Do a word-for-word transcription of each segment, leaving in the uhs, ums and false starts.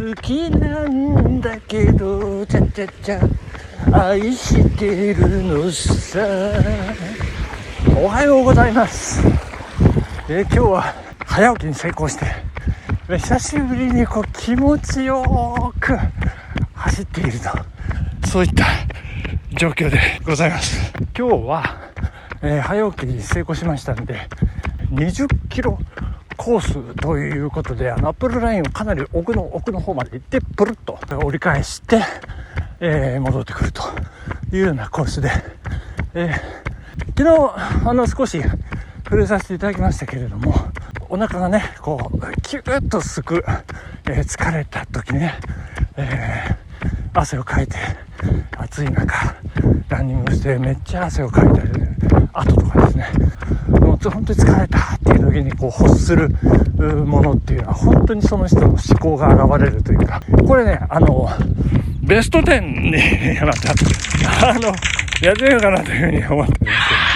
好きなんだけどチャチャチャ愛してるのさ。おはようございます。えー、今日は早起きに成功して久しぶりにこう気持ちよく走っていると、そういった状況でございます。今日は、えー、早起きに成功しましたのでにじゅっキロコースということで、あのアップルラインをかなり奥の奥の方まで行ってプルッと折り返して、えー、戻ってくるというようなコースで、えー、昨日あの少し触れさせていただきましたけれども、お腹がねこうキューッとすく、えー、疲れた時ね、えー、汗をかいて暑い中ランニングしてめっちゃ汗をかいたり後とかですね、もう本当に疲れたっていう時にこう欲するものっていうのは本当にその人の思考が現れるというか、これねあのベストじゅうにまたあのやってみようかなというふうに思ってるんです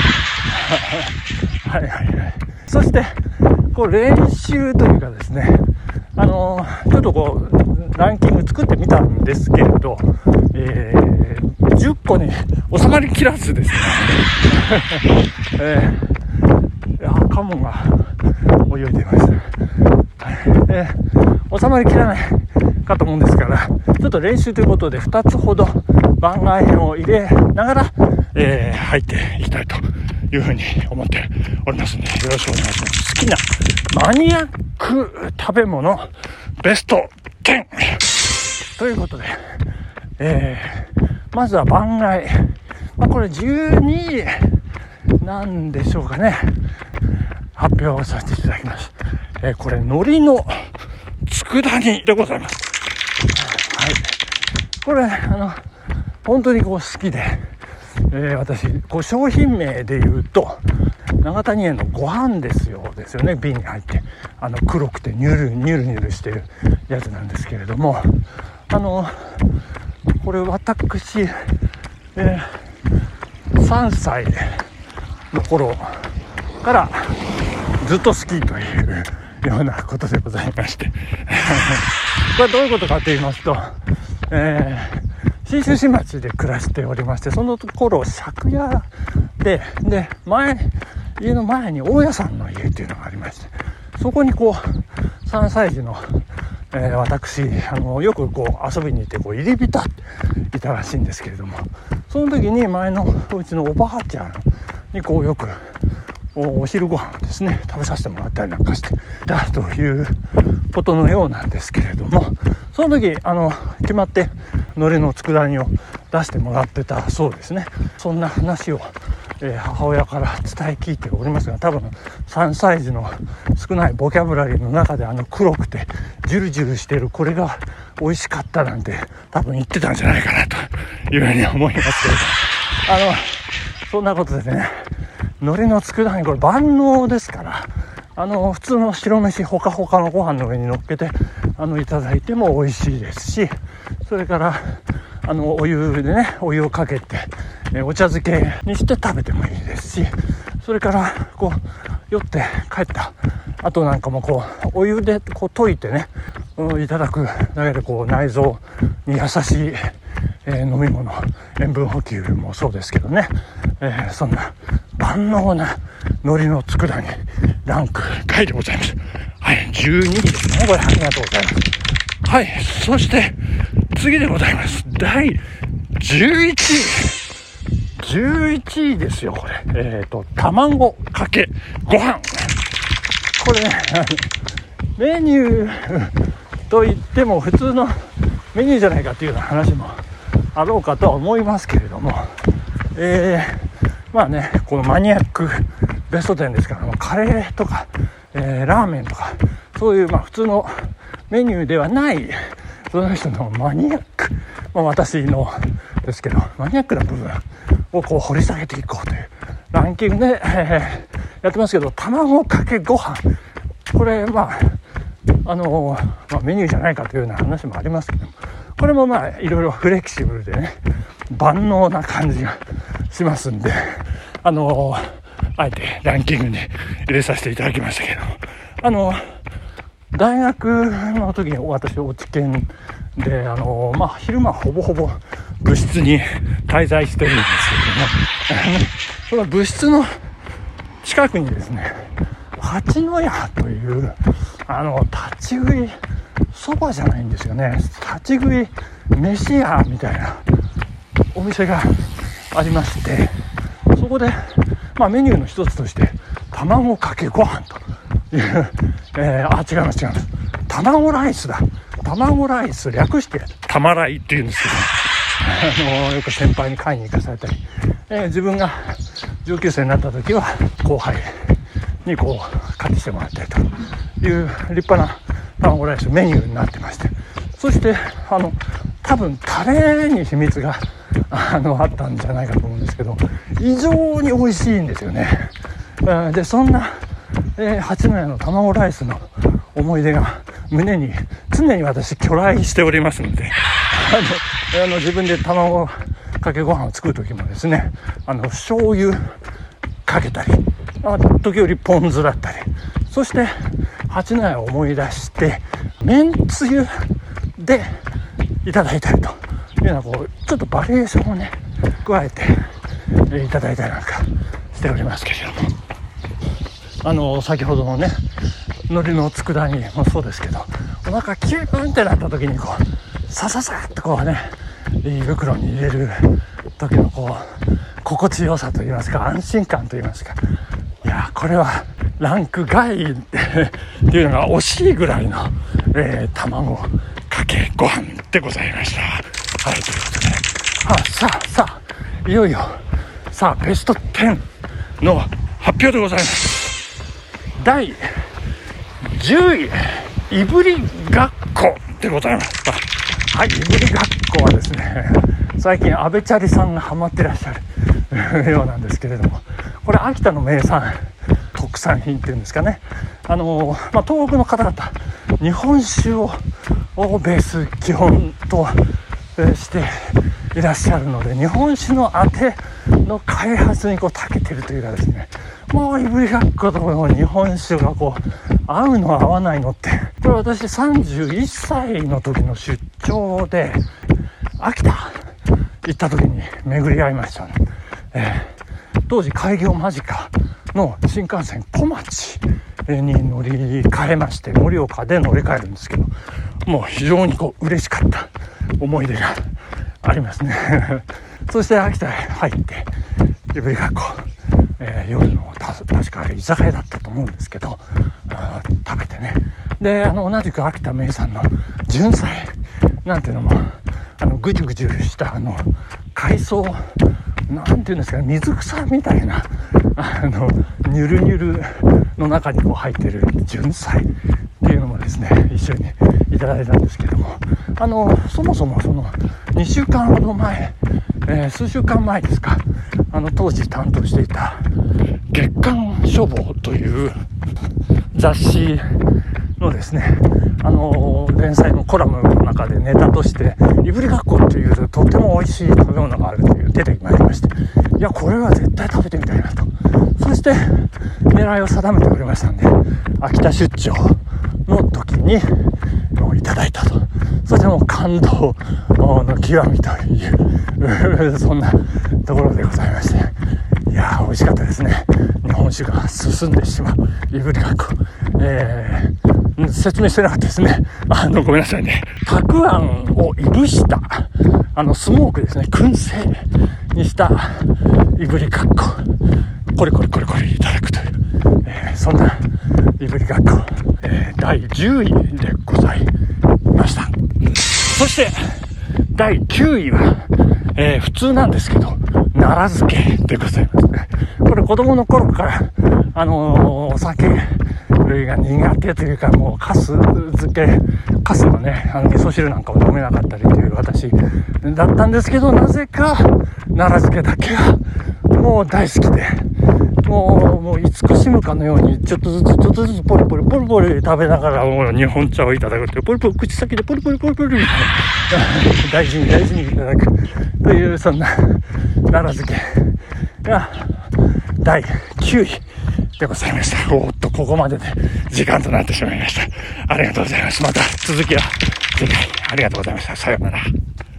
けどはいはいはい。そしてこう練習というかですね、あのちょっとこうランキング作ってみたんですけれど、えー、じゅっこに収まりきらずですねえー、カモンが泳いでいました、えー、収まりきらないかと思うんですから、ちょっと練習ということでふたつほど番外編を入れながら、えー、入っていきたいというふうに思っておりますので、よろしくお願いします。好きなマニアック食べ物ベストじゅうということで、えー、まずは番外、まあ、これじゅうにいなんでしょうかね、発表させていただきます。えー、これ海苔の佃煮でございます。はい、これあの本当にこう好きで、えー、私こう商品名で言うと長谷園のご飯ですよですよね。瓶に入ってあの黒くてニュルニュルニュルしてるやつなんですけれども、あのこれ私、えー、さんさいの頃からずっと好きというようなことでございましてこれどういうことかと言いますと、えー、信州市町で暮らしておりまして、その頃借家でで前家の前に大家さんの家というのがありまして、そこにこうさんさい児の、えー、私あのよくこう遊びに行ってこう入り浸っていたらしいんですけれども、その時に前のうちのおばあちゃんにこうよく お, お昼ご飯をですね食べさせてもらったりなんかしてたということのようなんですけれども、その時あの決まって海苔の佃煮を出してもらってたそうですね。そんな話を、えー、母親から伝え聞いておりますが、多分さんさい児の少ないボキャブラリーの中であの黒くてジュルジュルしてるこれが美味しかったなんて多分言ってたんじゃないかなというふうに思いますけれど、あのそんなことでね、海苔の佃煮これ万能ですから、あの普通の白飯ほかほかのご飯の上に乗っけてあのいただいても美味しいですし、それからあのお湯でねお湯をかけて、えお茶漬けにして食べてもいいですし、それからこう酔って帰った後なんかもこうお湯でこう溶いてね、うん、いただくだけでこう内臓に優しい、えー、飲み物、塩分補給もそうですけどね、えー、そんな万能な海苔の佃煮ランク外でございます。はい、じゅうにいですねこれ。ありがとうございます。はい、そして次でございます。だいじゅういちいじゅういちいですよこれ。えっ、ー、と卵かけご飯、これねメニューと言っても普通のメニューじゃないかっていうような話もあろうかとは思いますけれども、えー、まあねこのマニアックベストじゅうですから、カレーとか、えー、ラーメンとかそういうまあ普通のメニューではないその人のマニアック、まあ、私のですけどマニアックな部分をこう掘り下げていこうというランキングで、えー、やってますけど、卵かけご飯これまああのーまあ、メニューじゃないかというような話もありますけども、これもまあいろいろフレキシブルでね万能な感じがしますんで、あのー、あえてランキングに入れさせていただきましたけど、あのー、 大学の時に私落研で、あのまあ昼間ほぼほぼ部室に滞在してるんですけどもその部室の近くにですね、八の屋というあの立ち食いそばじゃないんですよね、立ち食い飯屋みたいなお店がありまして、そこで、まあ、メニューの一つとして卵かけご飯という、えー、あ違います違います卵ライスだ卵ライス略してたまらいっていうんですけどあのよく先輩に買いに行かされたり、えー、自分が上級生になった時は後輩にこう買ってきてもらったりという立派な卵ライスメニューになってまして、そしてあの多分タレに秘密が あのあったんじゃないかと思うんですけど、異常に美味しいんですよね。でそんな、えー、八の屋の卵ライスの思い出が胸に常に私巨来しておりますのであのあの自分で卵かけご飯を作る時もですね、あの醤油かけたり、あ時折ポン酢だったり、そして八の屋を思い出してめんつゆでいただいたりというようなこうちょっとバリエーションをね加えて、えー、いただいたりなんかしておりますけれども、あの先ほどのね海苔の佃煮もそうですけど、お腹キューンってなった時にこうサササッとこうね胃袋に入れる時のこう心地よさといいますか安心感といいますか、いやこれはランク外っていうのが惜しいぐらいの、えー、卵かけご飯でございました。はい、ということで、あさあさあいよいよさあベストじゅうの発表でございます。だいじゅういいぶりがっこでございます。はい、いぶりがっこはですね、最近安倍チャリさんがハマってらっしゃるようなんですけれども、これ秋田の名産特産品っていうんですかね、あの、まあ、東北の方々日本酒をベース基本としていらっしゃるので、日本酒のあての開発にこう長けてるというかですね、もういぶりがっこと日本酒がこう合うの合わないのって、これ私さんじゅういっさいの時の出張で秋田行った時に巡り合いましたね。えー、当時開業間近の新幹線小町に乗り換えまして、盛岡で乗り換えるんですけど、もう非常にこう嬉しかった思い出がありますねそして秋田へ入っていぶりがっこ、えー、夜のた確かあれ居酒屋だったと思うんですけど食べてね、であの同じく秋田名産のじゅんさいなんていうのもあのぐじゅぐじゅしたあの海藻なんていうんですかね、水草みたいなあのニュルニュルの中にこう入ってるじゅんさいっていうのもですね一緒にいただいたんですけども、あのそもそもそのにしゅうかんほど前、えー、数週間前ですか、あの当時担当していた月刊書房という雑誌のですね、あの連載のコラムの中でネタとしていぶりがっこっていうとても美味しい食べ物があるという出てまいりまして、いやこれは絶対食べてみたいなと、そして狙いを定めておりましたんで、秋田出張の時にもういただいたと、そしてもう感動の極みというそんなところでございまして、いやー美味しかったですね。日本酒が進んでしまういぶりがっこ、えー、説明してなかったですね。あのごめんなさいね。たくあんをいぶしたあのスモークですね、燻製にしたいぶりがっこ、これこれこれこれいただくという、えー、そんないぶりがっこ、えー、だいじゅういでございました。そしてだいきゅういは、えー、普通なんですけど奈良漬けでございますね。これ子供の頃からあのー、お酒類が苦手というか、もうカス漬けカスのねあの味噌汁なんかも飲めなかったりという私だったんですけど、なぜか奈良漬けだけはもう大好きで、もうもう慈しむかのようにちょっとずつちょっとずつポリポリポリポリ食べながらもう日本茶をいただくという、ポリポリ口先でポリポリポリポリみたいな大事に大事にいただくという、そんな奈良漬けがだいきゅういでございました。おーっと、ここまでで時間となってしまいました。ありがとうございます。また続きは次回。ありがとうございました。さようなら。